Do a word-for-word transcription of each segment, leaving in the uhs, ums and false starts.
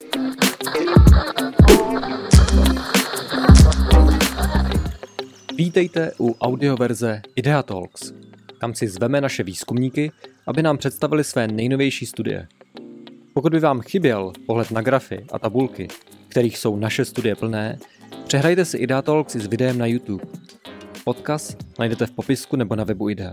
Vítejte u audioverze Idea Talks. Tam si zveme naše výzkumníky, aby nám představili své nejnovější studie. Pokud by vám chyběl pohled na grafy a tabulky, kterých jsou naše studie plné, přehrajte si Idea Talks i s videem na YouTube. Podcast najdete v popisku nebo na webu Idea.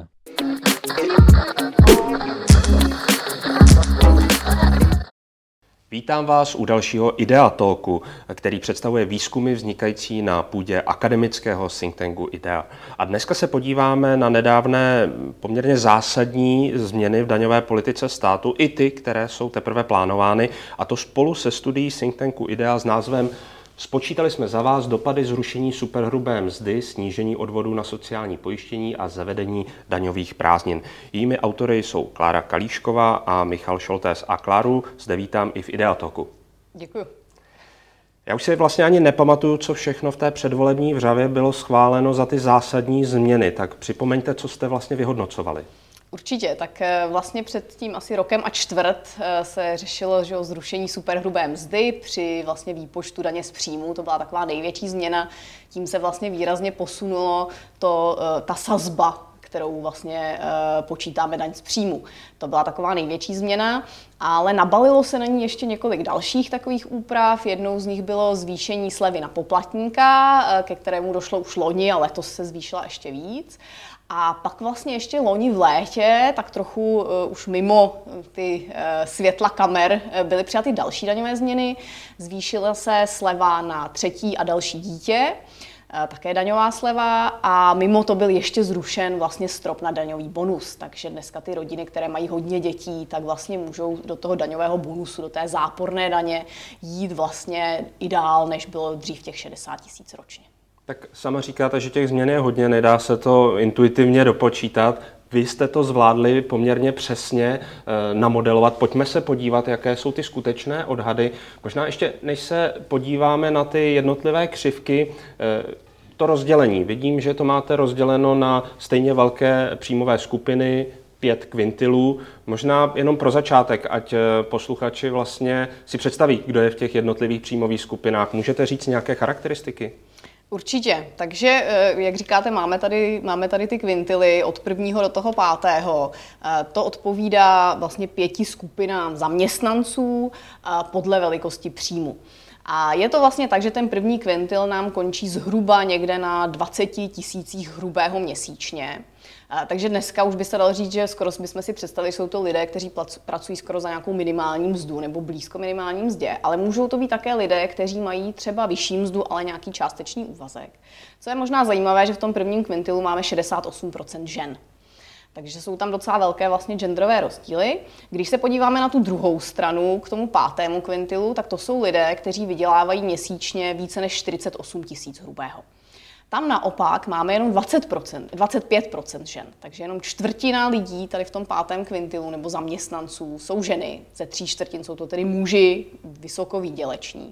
Vítám vás u dalšího Idea Talku, který představuje výzkumy vznikající na půdě akademického think tanku Idea. A dneska se podíváme na nedávné poměrně zásadní změny v daňové politice státu, i ty, které jsou teprve plánovány, a to spolu se studií think tanku Idea s názvem Spočítali jsme za vás dopady zrušení superhrubé mzdy, snížení odvodů na sociální pojištění a zavedení daňových prázdnin. Jejími autory jsou Klára Kalíšková a Michal Šoltés. A Kláru zde vítám i v Idea Talku. Děkuji. Já už si vlastně ani nepamatuju, co všechno v té předvolební vřavě bylo schváleno za ty zásadní změny. Tak připomeňte, co jste vlastně vyhodnocovali. Určitě, tak vlastně před tím asi rokem a čtvrt se řešilo, že o zrušení superhrubé mzdy při vlastně výpočtu daně z příjmu. To byla taková největší změna. Tím se vlastně výrazně posunulo to, ta sazba, kterou vlastně počítáme daň z příjmu. To byla taková největší změna, ale nabalilo se na ní ještě několik dalších takových úprav. Jednou z nich bylo zvýšení slevy na poplatníka, ke kterému došlo už loni a letos se zvýšila ještě víc. A pak vlastně ještě loni v létě, tak trochu uh, už mimo ty uh, světla kamer, uh, byly přijaty další daňové změny. Zvýšila se sleva na třetí a další dítě, uh, také daňová sleva, a mimo to byl ještě zrušen vlastně strop na daňový bonus. Takže dneska ty rodiny, které mají hodně dětí, tak vlastně můžou do toho daňového bonusu, do té záporné daně jít vlastně i dál, než bylo dřív těch šedesát tisíc ročně. Tak sama říkáte, že těch změn je hodně, nedá se to intuitivně dopočítat. Vy jste to zvládli poměrně přesně e, namodelovat. Pojďme se podívat, jaké jsou ty skutečné odhady. Možná ještě, než se podíváme na ty jednotlivé křivky, e, to rozdělení. Vidím, že to máte rozděleno na stejně velké příjmové skupiny, pět kvintilů. Možná jenom pro začátek, ať posluchači vlastně si představí, kdo je v těch jednotlivých příjmových skupinách. Můžete říct nějaké charakteristiky? Určitě. Takže, jak říkáte, máme tady, máme tady ty kvintily od prvního do toho pátého. To odpovídá vlastně pěti skupinám zaměstnanců podle velikosti příjmu. A je to vlastně tak, že ten první kvintil nám končí zhruba někde na dvaceti tisících hrubého měsíčně. Takže dneska už by se dalo říct, že skoro bychom si představili, že jsou to lidé, kteří pracují skoro za nějakou minimální mzdu nebo blízko minimální mzdě, ale můžou to být také lidé, kteří mají třeba vyšší mzdu, ale nějaký částečný úvazek. Co je možná zajímavé, že v tom prvním kvintilu máme šedesát osm procent žen. Takže jsou tam docela velké vlastně genderové rozdíly. Když se podíváme na tu druhou stranu, k tomu pátému kvintilu, tak to jsou lidé, kteří vydělávají měsíčně více než čtyřicet osm tisíc hrubého. Tam naopak máme jenom dvacet procent, dvacet pět procent žen, takže jenom čtvrtina lidí tady v tom pátém kvintilu nebo zaměstnanců jsou ženy, ze tří čtvrtin jsou to tedy muži vysokovýděleční.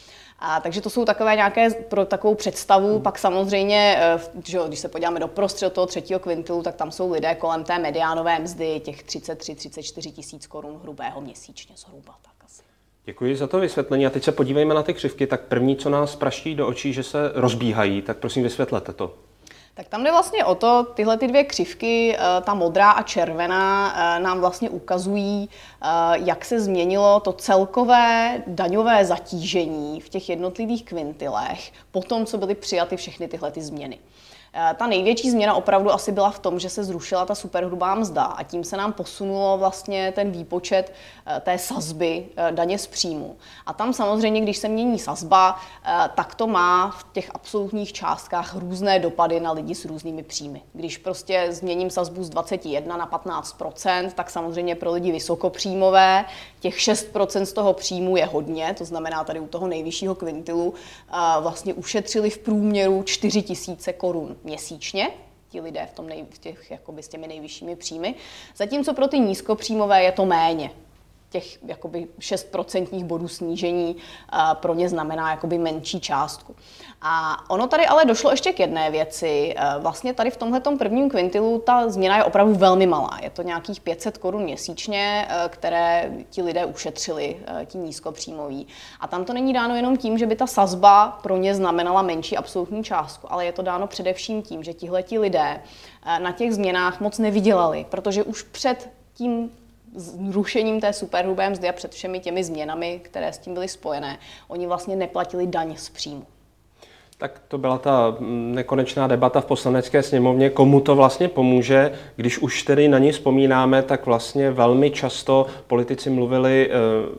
A takže to jsou takové nějaké pro takovou představu, hmm. Pak samozřejmě, že když se podíváme do prostřed toho třetího kvintilu, tak tam jsou lidé kolem té mediánové mzdy, těch třicet tři třicet čtyři tisíc korun hrubého měsíčně zhruba. Tak asi. Děkuji za to vysvětlení. A teď se podívejme na ty křivky. Tak první, co nás praští do očí, že se rozbíhají, tak prosím vysvětlete to. Tak tam jde vlastně o to, tyhle ty dvě křivky, ta modrá a červená, nám vlastně ukazují, jak se změnilo to celkové daňové zatížení v těch jednotlivých kvintilech po tom, co byly přijaty všechny tyhle ty změny. Ta největší změna opravdu asi byla v tom, že se zrušila ta superhrubá mzda a tím se nám posunulo vlastně ten výpočet té sazby daně z příjmu. A tam samozřejmě, když se mění sazba, tak to má v těch absolutních částkách různé dopady na lidi s různými příjmy. Když prostě změním sazbu z dvacet jedna na patnáct procent, tak samozřejmě pro lidi vysokopříjmové těch šest procent z toho příjmu je hodně, to znamená tady u toho nejvyššího kvintilu vlastně ušetřili v průměru čtyři tisíce korun měsíčně, ti lidé v tom nej, v těch, jakoby s těmi nejvyššími příjmy, zatímco pro ty nízkopříjmové je to méně. těch jakoby šest procentních bodů snížení pro ně znamená jakoby menší částku. A ono tady ale došlo ještě k jedné věci. Vlastně tady v tomhletom prvním kvintilu ta změna je opravdu velmi malá. Je to nějakých pět set korun měsíčně, které ti lidé ušetřili, ti nízkopříjmoví. A tam to není dáno jenom tím, že by ta sazba pro ně znamenala menší absolutní částku, ale je to dáno především tím, že tihleti lidé na těch změnách moc nevydělali, protože už před tím zrušením té superhrubé mzdy a před všemi těmi změnami, které s tím byly spojené, oni vlastně neplatili daň z příjmu. Tak to byla ta nekonečná debata v Poslanecké sněmovně, komu to vlastně pomůže. Když už tedy na ní vzpomínáme, tak vlastně velmi často politici mluvili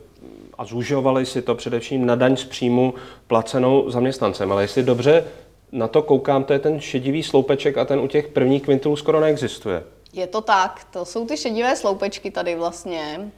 a zúžovali si to především na daň z příjmu placenou zaměstnancem. Ale jestli dobře na to koukám, to je ten šedivý sloupeček a ten u těch prvních kvintilů skoro neexistuje. Je to tak, to jsou ty šedivé sloupečky tady vlastně.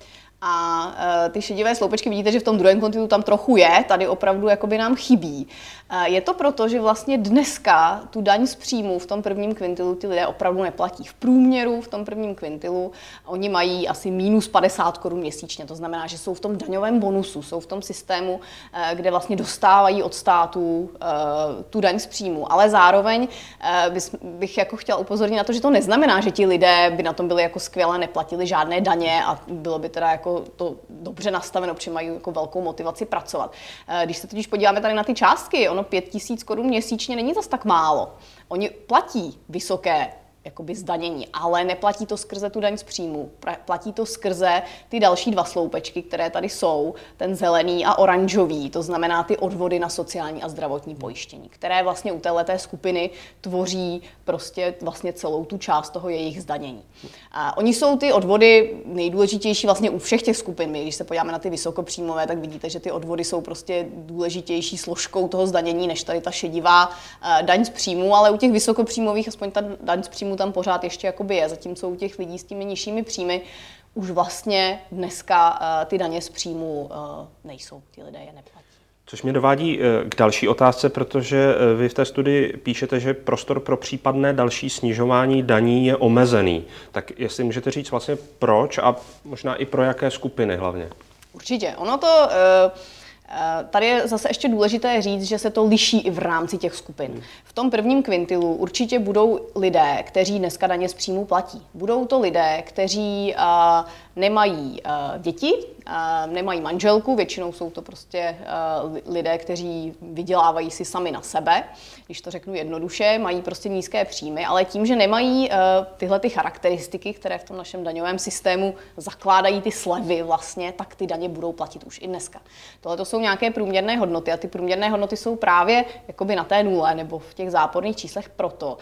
A uh, ty šedivé sloupečky vidíte, že v tom druhém kvintilu tam trochu je, tady opravdu jakoby nám chybí. Uh, je to proto, že vlastně dneska tu daň z příjmu v tom prvním kvintilu ty lidé opravdu neplatí. V průměru v tom prvním kvintilu oni mají asi minus padesát korun měsíčně, to znamená, že jsou v tom daňovém bonusu, jsou v tom systému, uh, kde vlastně dostávají od státu uh, tu daň z příjmu. Ale zároveň uh, bys, bych jako chtěla upozornit na to, že to neznamená, že ti lidé by na tom byli jako skvěle, neplatili žádné daně a bylo by teda jako to dobře nastaveno, protože mají jako velkou motivaci pracovat. Když se totiž podíváme tady na ty částky, ono pět tisíc korun měsíčně není zas tak málo. Oni platí vysoké jakoby zdanění, ale neplatí to skrze tu daň z příjmu. Platí to skrze ty další dva sloupečky, které tady jsou, ten zelený a oranžový, to znamená ty odvody na sociální a zdravotní pojištění, které vlastně u téhleté skupiny tvoří prostě vlastně celou tu část toho jejich zdanění. A oni jsou ty odvody nejdůležitější vlastně u všech těch skupin. My, když se podíváme na ty vysokopříjmové, tak vidíte, že ty odvody jsou prostě důležitější složkou toho zdanění, než tady ta šedivá uh, daň z příjmu, ale u těch vysokopříjmových aspoň ta daň z příjmu tam pořád ještě jakoby je, zatímco u těch lidí s těmi nižšími příjmy už vlastně dneska uh, ty daně z příjmu uh, nejsou, ty lidé je neplatí. Což mě dovádí k další otázce, protože vy v té studii píšete, že prostor pro případné další snižování daní je omezený. Tak jestli můžete říct vlastně proč a možná i pro jaké skupiny hlavně? Určitě. Ono to... Uh, Tady je zase ještě důležité říct, že se to liší i v rámci těch skupin. V tom prvním kvintilu určitě budou lidé, kteří dneska daně z příjmu platí. Budou to lidé, kteří uh, nemají uh, děti, uh, nemají manželku, většinou jsou to prostě uh, lidé, kteří vydělávají si sami na sebe, když to řeknu jednoduše, mají prostě nízké příjmy, ale tím, že nemají uh, tyhle ty charakteristiky, které v tom našem daňovém systému zakládají ty slevy vlastně, tak ty daně budou platit už i dneska. Tohle to jsou nějaké průměrné hodnoty a ty průměrné hodnoty jsou právě jakoby na té nule nebo v těch záporných číslech proto,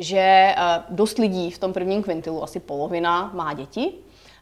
že dost lidí v tom prvním kvintilu, asi polovina, má děti.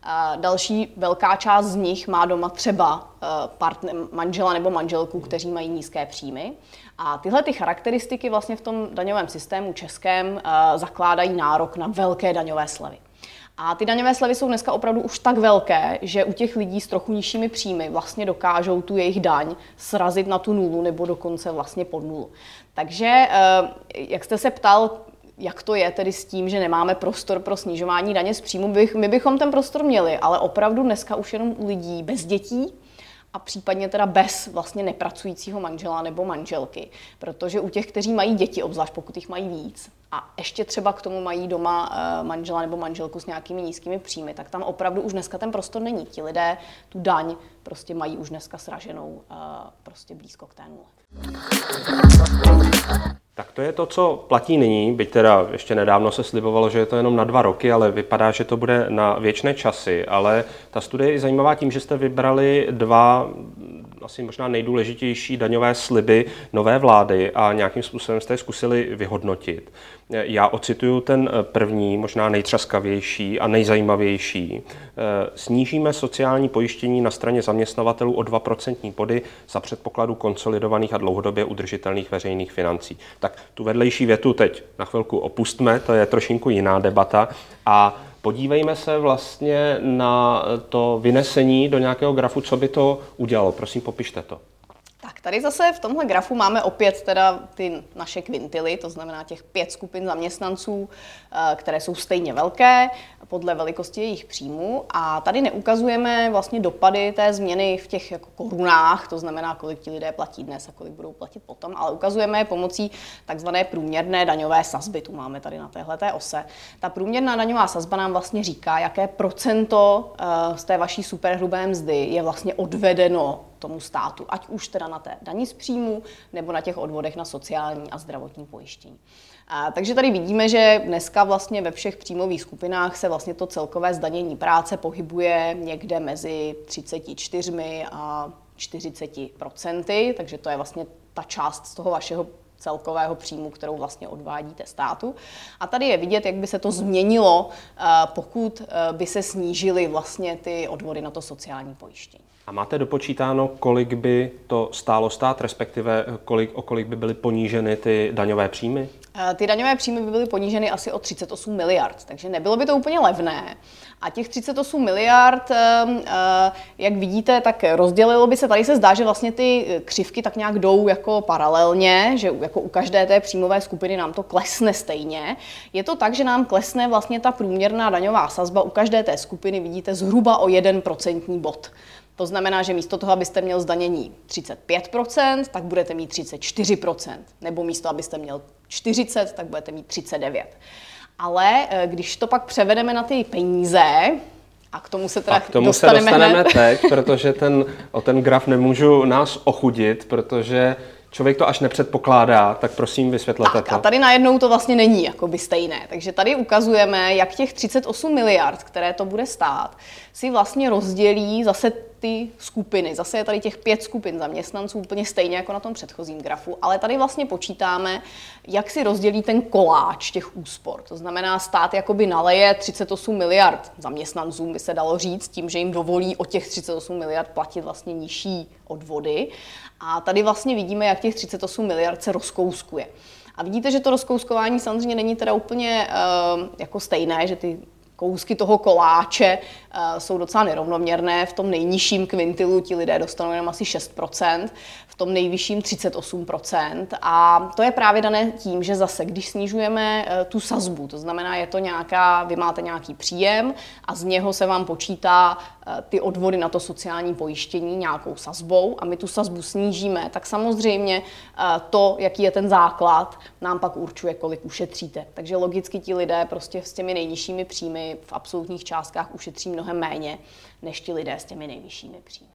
Další velká část z nich má doma třeba partner, manžela nebo manželku, kteří mají nízké příjmy. A tyhle ty charakteristiky vlastně v tom daňovém systému českém zakládají nárok na velké daňové slevy. A ty daňové slevy jsou dneska opravdu už tak velké, že u těch lidí s trochu nižšími příjmy vlastně dokážou tu jejich daň srazit na tu nulu nebo dokonce vlastně pod nulu. Takže, jak jste se ptal, jak to je tedy s tím, že nemáme prostor pro snižování daně z příjmu, my bychom ten prostor měli, ale opravdu dneska už jenom u lidí bez dětí a případně teda bez vlastně nepracujícího manžela nebo manželky. Protože u těch, kteří mají děti, obzvlášť pokud jich mají víc, a ještě třeba k tomu mají doma manžela nebo manželku s nějakými nízkými příjmy, tak tam opravdu už dneska ten prostor není. Ti lidé tu daň prostě mají už dneska sraženou prostě blízko k té nule. Tak to je to, co platí nyní, byť teda ještě nedávno se slibovalo, že je to jenom na dva roky, ale vypadá, že to bude na věčné časy. Ale ta studie je zajímavá tím, že jste vybrali dva asi možná nejdůležitější daňové sliby nové vlády a nějakým způsobem jste je zkusili vyhodnotit. Já ocituju ten první, možná nejtřaskavější a nejzajímavější. Snížíme sociální pojištění na straně zaměstnavatelů o dva procentní body za předpokladu konsolidovaných a dlouhodobě udržitelných veřejných financí. Tak tu vedlejší větu teď na chvilku opustme, to je trošinku jiná debata a podívejme se vlastně na to vynesení do nějakého grafu, co by to udělalo. Prosím, popište to. Tak Tady zase v tomhle grafu máme opět teda ty naše kvintily, to znamená těch pět skupin zaměstnanců, které jsou stejně velké podle velikosti jejich příjmů. A tady neukazujeme vlastně dopady té změny v těch jako korunách, to znamená, kolik ti lidé platí dnes a kolik budou platit potom, ale ukazujeme je pomocí takzvané průměrné daňové sazby. Tu máme tady na téhleté ose. Ta průměrná daňová sazba nám vlastně říká, jaké procento z té vaší superhrubé mzdy je vlastně odvedeno tomu státu, ať už teda na té dani z příjmu, nebo na těch odvodech na sociální a zdravotní pojištění. A, takže tady vidíme, že dneska vlastně ve všech příjmových skupinách se vlastně to celkové zdanění práce pohybuje někde mezi třiceti čtyřmi a čtyřiceti procenty, takže to je vlastně ta část z toho vašeho celkového příjmu, kterou vlastně odvádíte státu. A tady je vidět, jak by se to změnilo, pokud by se snížily vlastně ty odvody na to sociální pojištění. A máte dopočítáno, kolik by to stálo stát, respektive kolik, o kolik by byly poníženy ty daňové příjmy? Ty daňové příjmy by byly poníženy asi o třicet osm miliard, takže nebylo by to úplně levné. A těch třicet osm miliard, jak vidíte, tak rozdělilo by se, tady se zdá, že vlastně ty křivky tak nějak jdou jako paralelně, že jako u každé té příjmové skupiny nám to klesne stejně. Je to tak, že nám klesne vlastně ta průměrná daňová sazba u každé té skupiny, vidíte, zhruba o jeden procentní bod. To znamená, že místo toho, abyste měl zdanění třicet pět procent, tak budete mít třicet čtyři procent. Nebo místo, abyste měl čtyřicet procent, tak budete mít třicet devět procent. Ale když to pak převedeme na ty peníze, a k tomu se teda a k tomu dostaneme, se dostaneme hned. teď, protože ten, o ten graf nemůžu nás ochudit, protože člověk to až nepředpokládá, tak prosím vysvětlete tak, to. A tady najednou to vlastně není jakoby stejné. Takže tady ukazujeme, jak těch třicet osm miliard, které to bude stát, si vlastně rozdělí zase ty skupiny. Zase je tady těch pět skupin zaměstnanců úplně stejně jako na tom předchozím grafu, ale tady vlastně počítáme, jak si rozdělí ten koláč těch úspor. To znamená, stát jakoby naleje třicet osm miliard zaměstnancům, by se dalo říct, tím, že jim dovolí o těch třicet osm miliard platit vlastně nižší odvody. A tady vlastně vidíme, jak těch třicet osm miliard se rozkouskuje. A vidíte, že to rozkouskování samozřejmě není teda úplně uh, jako stejné, že ty kousky toho koláče uh, jsou docela nerovnoměrné. V tom nejnižším kvintilu ti lidé dostanou jenom asi šest procent, v tom nejvyšším třicet osm procent. A to je právě dané tím, že zase, když snižujeme uh, tu sazbu, to znamená, je to nějaká, vy máte nějaký příjem a z něho se vám počítá uh, ty odvody na to sociální pojištění nějakou sazbou a my tu sazbu snížíme, tak samozřejmě uh, to, jaký je ten základ, nám pak určuje, kolik ušetříte. Takže logicky ti lidé prostě s těmi nejnižšími příjmy v absolutních částkách ušetří mnohem méně než ti lidé s těmi nejvyššími příjmy.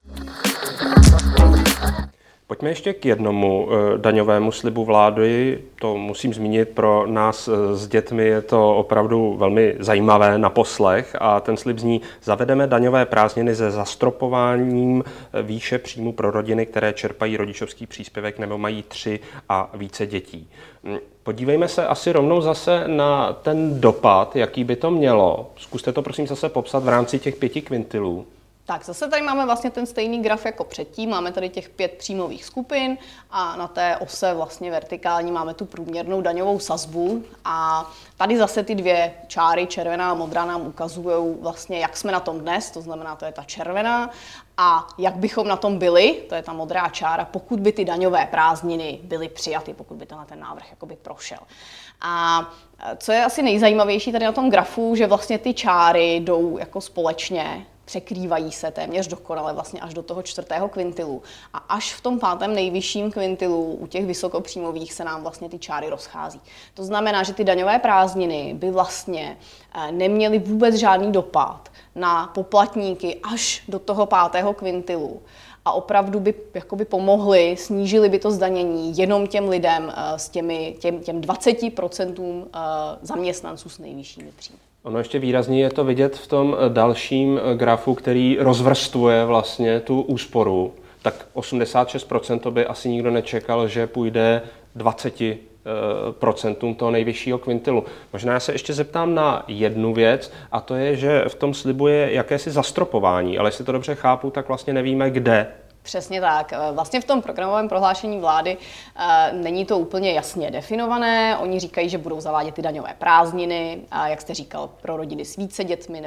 Pojďme ještě k jednomu e, daňovému slibu vlády. To musím zmínit, pro nás e, s dětmi je to opravdu velmi zajímavé na poslech a ten slib zní: zavedeme daňové prázdniny se zastropováním výše příjmu pro rodiny, které čerpají rodičovský příspěvek nebo mají tři a více dětí. Podívejme se asi rovnou zase na ten dopad, jaký by to mělo. Zkuste to prosím zase popsat v rámci těch pěti kvintilů. Tak zase tady máme vlastně ten stejný graf jako předtím, máme tady těch pět příjmových skupin a na té ose vlastně vertikální máme tu průměrnou daňovou sazbu a tady zase ty dvě čáry, červená a modrá, nám ukazují vlastně, jak jsme na tom dnes, to znamená, to je ta červená, a jak bychom na tom byli, to je ta modrá čára, pokud by ty daňové prázdniny byly přijaty, pokud by tenhle ten návrh jakoby prošel. A co je asi nejzajímavější tady na tom grafu, že vlastně ty čáry jdou jako společně, překrývají se téměř dokonale vlastně až do toho čtvrtého kvintilu. A až v tom pátém nejvyšším kvintilu u těch vysokopříjmových se nám vlastně ty čáry rozchází. To znamená, že ty daňové prázdniny by vlastně neměly vůbec žádný dopad na poplatníky až do toho pátého kvintilu. A opravdu by jakoby pomohly, snížili by to zdanění jenom těm lidem s těmi, těm, těm dvaceti procentům zaměstnanců s nejvyššími příjmy. Ono ještě výrazně je to vidět v tom dalším grafu, který rozvrstvuje vlastně tu úsporu. Tak osmdesát šest procent to by asi nikdo nečekal, že půjde dvacet procent toho nejvyššího kvintilu. Možná já se ještě zeptám na jednu věc, a to je, že v tom slibuje jakési zastropování, ale jestli to dobře chápu, tak vlastně nevíme kde. Přesně tak. Vlastně v tom programovém prohlášení vlády e, není to úplně jasně definované. Oni říkají, že budou zavádět ty daňové prázdniny, a jak jste říkal, pro rodiny s více dětmi nebo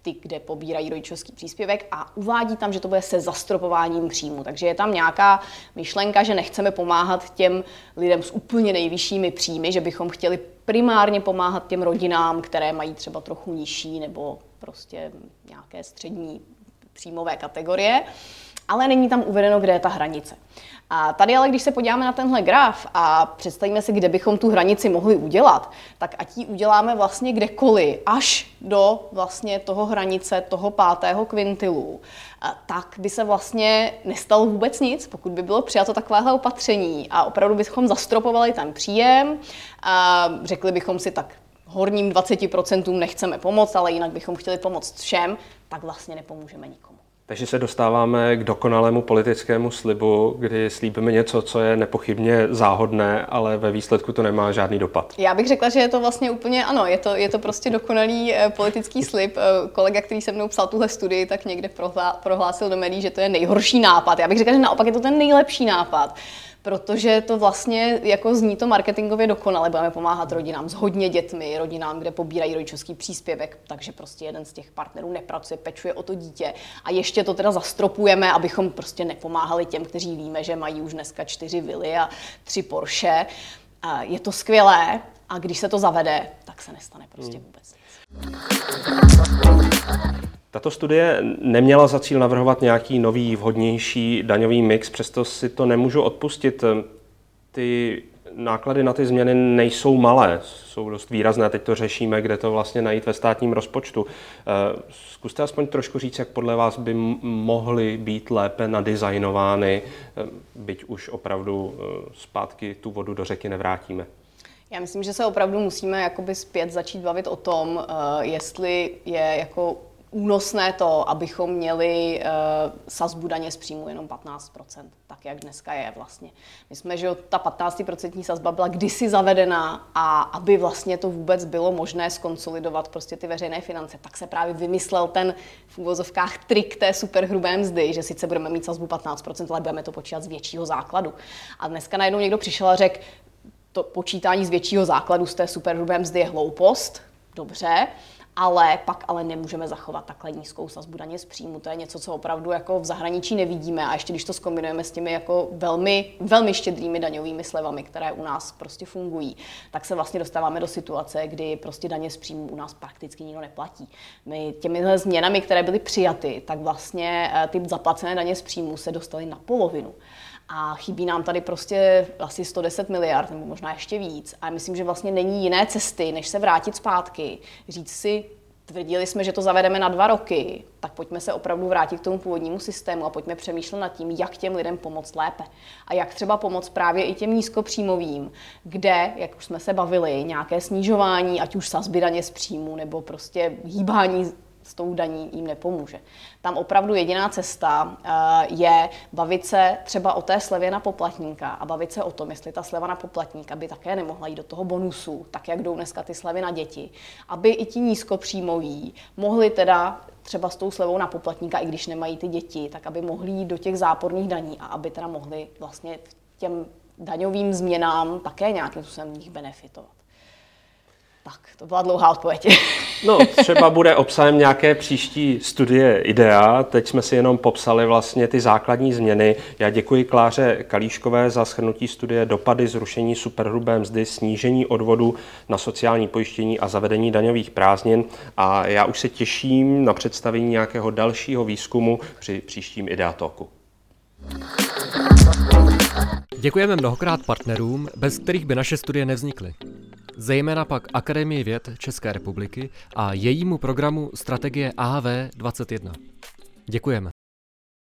ty, kde pobírají rodičovský příspěvek a uvádí tam, že to bude se zastropováním příjmu. Takže je tam nějaká myšlenka, že nechceme pomáhat těm lidem s úplně nejvyššími příjmy, že bychom chtěli primárně pomáhat těm rodinám, které mají třeba trochu nižší nebo prostě nějaké střední příjmové kategorie, ale není tam uvedeno, kde je ta hranice. A tady ale, když se podíváme na tenhle graf a představíme si, kde bychom tu hranici mohli udělat, tak ať ji uděláme vlastně kdekoliv, až do vlastně toho hranice, toho pátého kvintilu, tak by se vlastně nestalo vůbec nic, pokud by bylo přijato takovéhle opatření a opravdu bychom zastropovali ten příjem a řekli bychom si tak, horním dvaceti procentům nechceme pomoct, ale jinak bychom chtěli pomoct všem, tak vlastně nepomůžeme nikomu. Takže se dostáváme k dokonalému politickému slibu, kdy slíbíme něco, co je nepochybně záhodné, ale ve výsledku to nemá žádný dopad. Já bych řekla, že je to vlastně úplně, ano, je to, je to prostě dokonalý politický slib. Kolega, který se mnou psal tuhle studii, tak někde prohlásil do médií, že to je nejhorší nápad. Já bych řekla, že naopak je to ten nejlepší nápad. Protože to vlastně jako zní to marketingově dokonale. Budeme pomáhat rodinám s hodně dětmi, rodinám, kde pobírají rodičovský příspěvek, takže prostě jeden z těch partnerů nepracuje, pečuje o to dítě. A ještě to teda zastropujeme, abychom prostě nepomáhali těm, kteří víme, že mají už dneska čtyři vily a tři Porsche. A je to skvělé a když se to zavede, tak se nestane prostě vůbec nic. Tato studie neměla za cíl navrhovat nějaký nový, vhodnější daňový mix, přesto si to nemůžu odpustit. Ty náklady na ty změny nejsou malé, jsou dost výrazné, teď to řešíme, kde to vlastně najít ve státním rozpočtu. Zkuste aspoň trošku říct, jak podle vás by mohly být lépe nadizajnovány, byť už opravdu zpátky tu vodu do řeky nevrátíme. Já myslím, že se opravdu musíme jakoby zpět začít bavit o tom, jestli je jako únosné to, abychom měli uh, sazbu daně z příjmu jenom patnáct procent, tak jak dneska je vlastně. My jsme, že ta patnáctiprocentní sazba byla kdysi zavedena a aby vlastně to vůbec bylo možné skonsolidovat prostě ty veřejné finance, tak se právě vymyslel ten v uvozovkách trik té superhrubé mzdy, že sice budeme mít sazbu patnáct procent, ale budeme to počítat z většího základu. A dneska najednou někdo přišel a řekl, to počítání z většího základu z té superhrubé mzdy je hloupost, dobře, ale pak ale nemůžeme zachovat takhle nízkou sazbu daně z příjmu. To je něco, co opravdu jako v zahraničí nevidíme a ještě když to zkombinujeme s těmi jako velmi, velmi štědrými daňovými slevami, které u nás prostě fungují, tak se vlastně dostáváme do situace, kdy prostě daně z příjmu u nás prakticky nikdo neplatí. My těmi změnami, které byly přijaty, tak vlastně ty zaplacené daně z příjmu se dostaly na polovinu. A chybí nám tady prostě asi sto deset miliard, nebo možná ještě víc. A myslím, že vlastně není jiné cesty, než se vrátit zpátky. Říct si, tvrdili jsme, že to zavedeme na dva roky, tak pojďme se opravdu vrátit k tomu původnímu systému a pojďme přemýšlet nad tím, jak těm lidem pomoct lépe. A jak třeba pomoct právě i těm nízkopříjmovým, kde, jak už jsme se bavili, nějaké snižování, ať už sazby daně z příjmu, nebo prostě hýbání s tou daní jim nepomůže. Tam opravdu jediná cesta je bavit se třeba o té slevě na poplatníka a bavit se o tom, jestli ta sleva na poplatníka by také nemohla jít do toho bonusu, tak jak jdou dneska ty slevy na děti, aby i ti nízkopříjmoví mohli teda třeba s tou slevou na poplatníka, i když nemají ty děti, tak aby mohli jít do těch záporných daní a aby teda mohli vlastně těm daňovým změnám také nějakým způsobem v nich benefitovat. Tak, to byla dlouhá odpověď. No, třeba bude obsahem nějaké příští studie IDEA. Teď jsme si jenom popsali vlastně ty základní změny. Já děkuji Kláře Kalíškové za shrnutí studie Dopady zrušení superhrubé mzdy, snížení odvodu na sociální pojištění a zavedení daňových prázdnin. A já už se těším na představení nějakého dalšího výzkumu při příštím IDEA Talku. Děkujeme mnohokrát partnerům, bez kterých by naše studie nevznikly. Zejména pak Akademii věd České republiky a jejímu programu Strategie A H V dvacet jedna. Děkujeme.